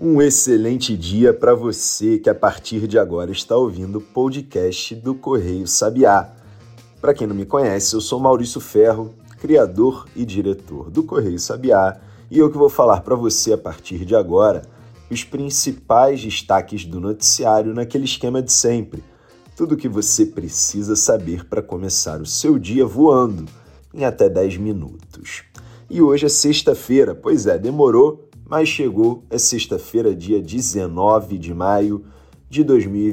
Um excelente dia para você que a partir de agora está ouvindo o podcast do Correio Sabiá. Para quem não me conhece, eu sou Maurício Ferro, criador e diretor do Correio Sabiá, e eu que vou falar para você a partir de agora os principais destaques do noticiário naquele esquema de sempre. Tudo o que você precisa saber para começar o seu dia voando em até 10 minutos. E hoje é sexta-feira, pois é, demorou, mas chegou, é sexta-feira, dia 19 de maio de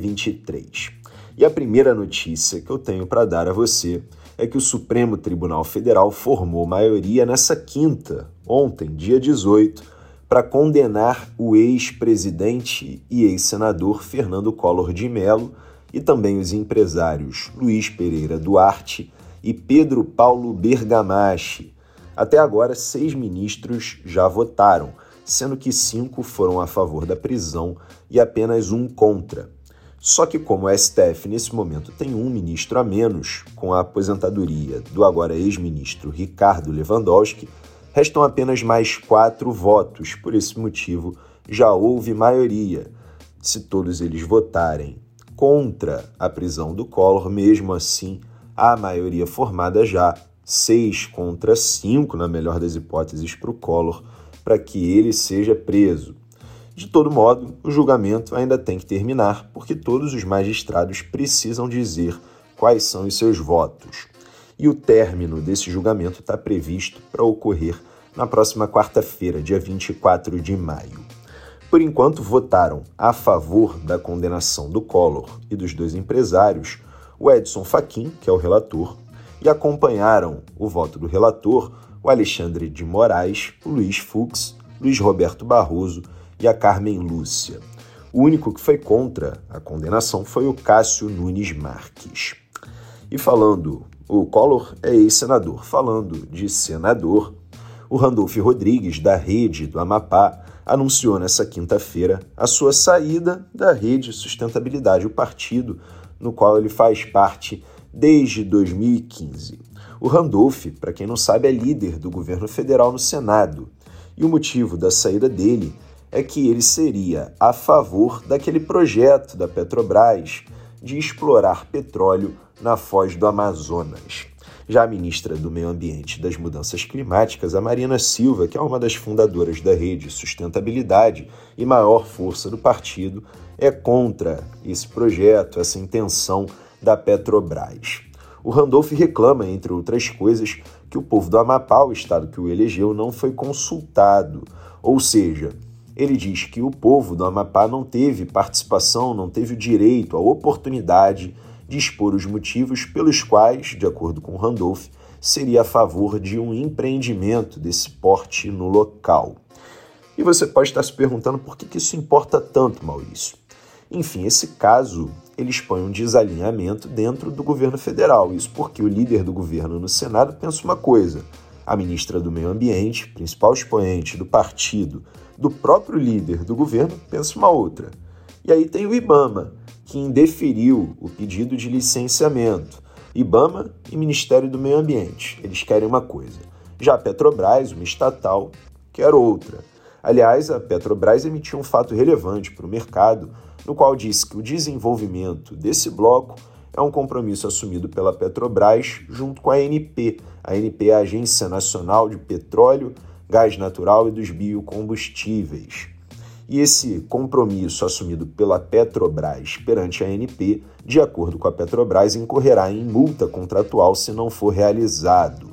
2023. E a primeira notícia que eu tenho para dar a você é que o Supremo Tribunal Federal formou maioria nessa quinta, ontem, dia 18, para condenar o ex-presidente e ex-senador Fernando Collor de Mello e também os empresários Luiz Pereira Duarte e Pedro Paulo Bergamaschi. Até agora, 6 ministros já votaram, sendo que 5 foram a favor da prisão e apenas 1 contra. Só que como o STF nesse momento tem 1 ministro a menos, com a aposentadoria do agora ex-ministro Ricardo Lewandowski, restam apenas mais 4 votos. Por esse motivo, já houve maioria. Se todos eles votarem contra a prisão do Collor, mesmo assim, há maioria formada já, 6 contra 5, na melhor das hipóteses, para o Collor, para que ele seja preso. De todo modo, o julgamento ainda tem que terminar, porque todos os magistrados precisam dizer quais são os seus votos. E o término desse julgamento está previsto para ocorrer na próxima quarta-feira, dia 24 de maio. Por enquanto, votaram a favor da condenação do Collor e dos 2 empresários o Edson Fachin, que é o relator, e acompanharam o voto do relator o Alexandre de Moraes, o Luiz Fux, Luiz Roberto Barroso e a Carmen Lúcia. O único que foi contra a condenação foi o Cássio Nunes Marques. E falando, o Collor é ex-senador. Falando de senador, o Randolfo Rodrigues, da Rede do Amapá, anunciou nessa quinta-feira a sua saída da Rede Sustentabilidade, o partido no qual ele faz parte desde 2015. O Randolph, para quem não sabe, é líder do governo federal no Senado. E o motivo da saída dele é que ele seria a favor daquele projeto da Petrobras de explorar petróleo na foz do Amazonas. Já a ministra do Meio Ambiente e das Mudanças Climáticas, a Marina Silva, que é uma das fundadoras da Rede Sustentabilidade e maior força do partido, é contra esse projeto, essa intenção da Petrobras. O Randolph reclama, entre outras coisas, que o povo do Amapá, o estado que o elegeu, não foi consultado. Ou seja, ele diz que o povo do Amapá não teve participação, não teve o direito, a oportunidade de expor os motivos pelos quais, de acordo com Randolph, seria a favor de um empreendimento desse porte no local. E você pode estar se perguntando por que isso importa tanto, Maurício. Enfim, esse caso ele expõe um desalinhamento dentro do governo federal. Isso porque o líder do governo no Senado pensa uma coisa, a ministra do Meio Ambiente, principal expoente do partido, do próprio líder do governo, pensa uma outra. E aí tem o IBAMA, que indeferiu o pedido de licenciamento. IBAMA e Ministério do Meio Ambiente, eles querem uma coisa. Já a Petrobras, uma estatal, quer outra. Aliás, a Petrobras emitiu um fato relevante para o mercado, no qual disse que o desenvolvimento desse bloco é um compromisso assumido pela Petrobras junto com a ANP. A ANP é a Agência Nacional de Petróleo, Gás Natural e dos Biocombustíveis. E esse compromisso assumido pela Petrobras perante a ANP, de acordo com a Petrobras, incorrerá em multa contratual se não for realizado.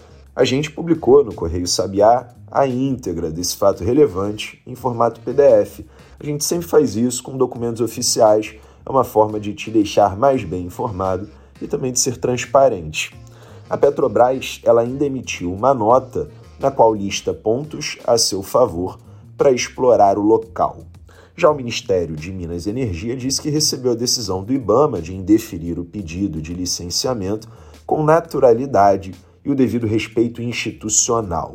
A gente publicou no Correio Sabiá a íntegra desse fato relevante em formato PDF. A gente sempre faz isso com documentos oficiais, é uma forma de te deixar mais bem informado e também de ser transparente. A Petrobras ela ainda emitiu uma nota na qual lista pontos a seu favor para explorar o local. Já o Ministério de Minas e Energia disse que recebeu a decisão do IBAMA de indeferir o pedido de licenciamento com naturalidade e o devido respeito institucional.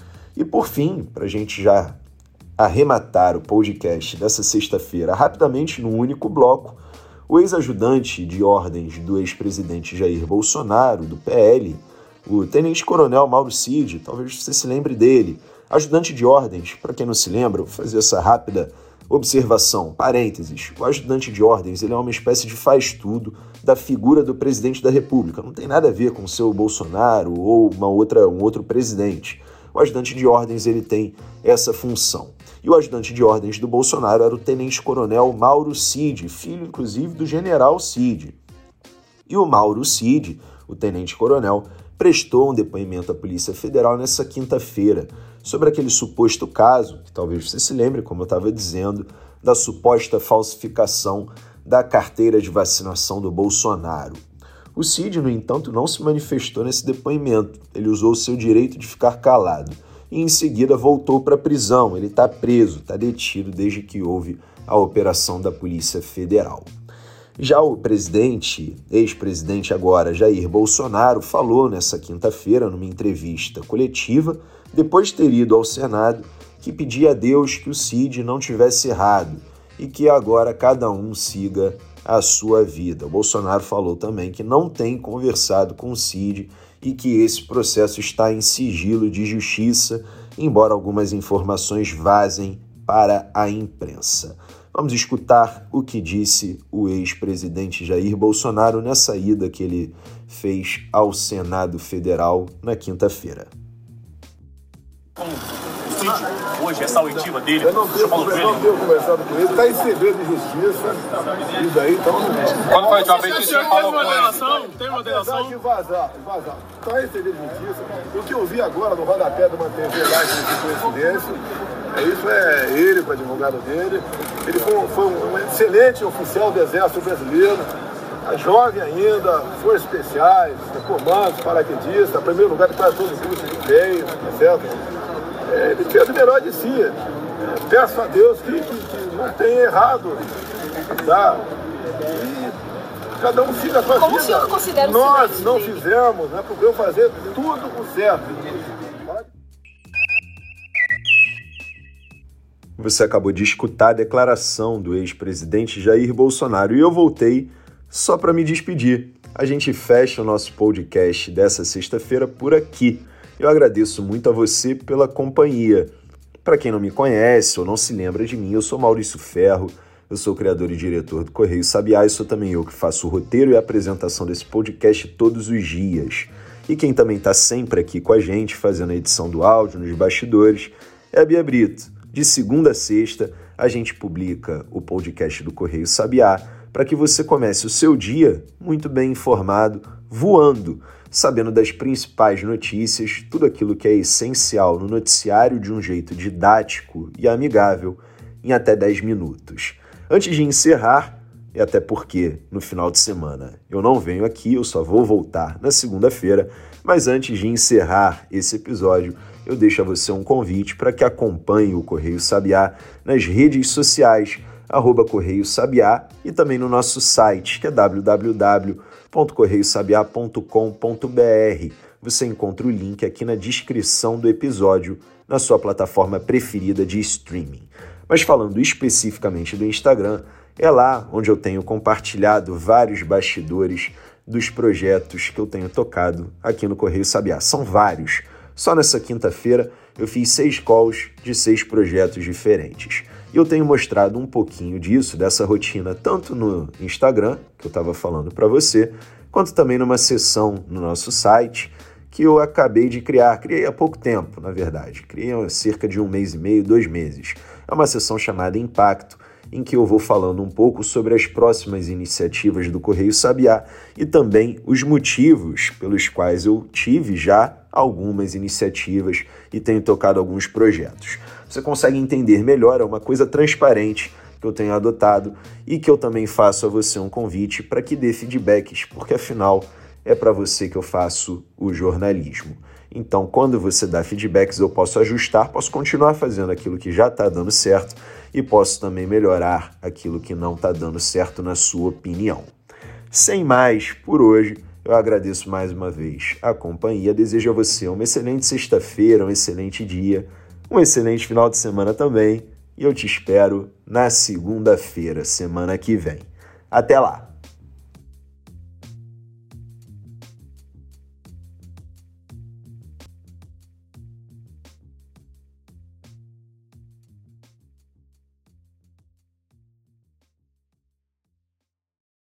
E por fim, para a gente já arrematar o podcast dessa sexta-feira rapidamente num único bloco, o ex-ajudante de ordens do ex-presidente Jair Bolsonaro, do PL, o tenente-coronel Mauro Cid, talvez você se lembre dele, ajudante de ordens, para quem não se lembra, vou fazer essa rápida Observação, parênteses, o ajudante de ordens ele é uma espécie de faz-tudo da figura do presidente da República. Não tem nada a ver com o seu Bolsonaro ou um outro presidente. O ajudante de ordens ele tem essa função. E o ajudante de ordens do Bolsonaro era o tenente-coronel Mauro Cid, filho, inclusive, do general Cid. E o Mauro Cid, o tenente-coronel, prestou um depoimento à Polícia Federal nessa quinta-feira sobre aquele suposto caso, que talvez você se lembre, como eu estava dizendo, da suposta falsificação da carteira de vacinação do Bolsonaro. O Cid, no entanto, não se manifestou nesse depoimento. Ele usou o seu direito de ficar calado e, em seguida, voltou para a prisão. Ele está preso, está detido desde que houve a operação da Polícia Federal. Já o ex-presidente agora, Jair Bolsonaro, falou nessa quinta-feira, numa entrevista coletiva, depois de ter ido ao Senado, que pedia a Deus que o Cid não tivesse errado e que agora cada um siga a sua vida. O Bolsonaro falou também que não tem conversado com o Cid e que esse processo está em sigilo de justiça, embora algumas informações vazem para a imprensa. Vamos escutar o que disse o ex-presidente Jair Bolsonaro nessa ida que ele fez ao Senado Federal na quinta-feira. Hoje, essa oitiva dele, eu não tenho conversado com ele, está em segredo de justiça, e daí então não é. Quando foi a última vez que o senhor falou com ele? Tem uma delação? De vazar, está em segredo de justiça. O que eu vi agora no rodapé de uma TV lá, de coincidência, isso é ele, com o advogado dele. Ele foi um excelente oficial do Exército Brasileiro, jovem ainda, forças especiais, comandos, paraquedista, primeiro lugar de quase todos os cursos que veio, tá certo? Ele fez o melhor de si. Peço a Deus que não tenha errado, tá? E cada um siga a sua vida. Como o senhor considera o Nós não fizemos, né? Procuramos fazer tudo o certo. Você acabou de escutar a declaração do ex-presidente Jair Bolsonaro e eu voltei só para me despedir. A gente fecha o nosso podcast dessa sexta-feira por aqui. Eu agradeço muito a você pela companhia. Para quem não me conhece ou não se lembra de mim, eu sou Maurício Ferro, eu sou criador e diretor do Correio Sabiá e sou também eu que faço o roteiro e a apresentação desse podcast todos os dias. E quem também está sempre aqui com a gente, fazendo a edição do áudio nos bastidores, é a Bia Brito. De segunda a sexta, a gente publica o podcast do Correio Sabiá para que você comece o seu dia muito bem informado, voando, sabendo das principais notícias, tudo aquilo que é essencial no noticiário de um jeito didático e amigável em até 10 minutos. Antes de encerrar, e até porque no final de semana eu não venho aqui, eu só vou voltar na segunda-feira, mas antes de encerrar esse episódio, eu deixo a você um convite para que acompanhe o Correio Sabiá nas redes sociais, @Correio Sabiá, e também no nosso site, que é www.correiosabiá.com.br. Você encontra o link aqui na descrição do episódio, na sua plataforma preferida de streaming. Mas falando especificamente do Instagram, é lá onde eu tenho compartilhado vários bastidores dos projetos que eu tenho tocado aqui no Correio Sabiá. São vários. Só nessa quinta-feira eu fiz 6 calls de 6 projetos diferentes. E eu tenho mostrado um pouquinho disso, dessa rotina, tanto no Instagram, que eu estava falando para você, quanto também numa sessão no nosso site, que eu acabei de criar. Criei há pouco tempo, na verdade. Criei há cerca de 1 mês e meio, 2 meses. É uma sessão chamada Impacto, em que eu vou falando um pouco sobre as próximas iniciativas do Correio Sabiá e também os motivos pelos quais eu tive já algumas iniciativas e tenho tocado alguns projetos. Você consegue entender melhor, é uma coisa transparente que eu tenho adotado e que eu também faço a você um convite para que dê feedbacks, porque afinal é para você que eu faço o jornalismo. Então, quando você dá feedbacks, eu posso ajustar, posso continuar fazendo aquilo que já está dando certo e posso também melhorar aquilo que não está dando certo na sua opinião. Sem mais, por hoje, eu agradeço mais uma vez a companhia, desejo a você uma excelente sexta-feira, um excelente dia, um excelente final de semana também, e eu te espero na segunda-feira, semana que vem. Até lá!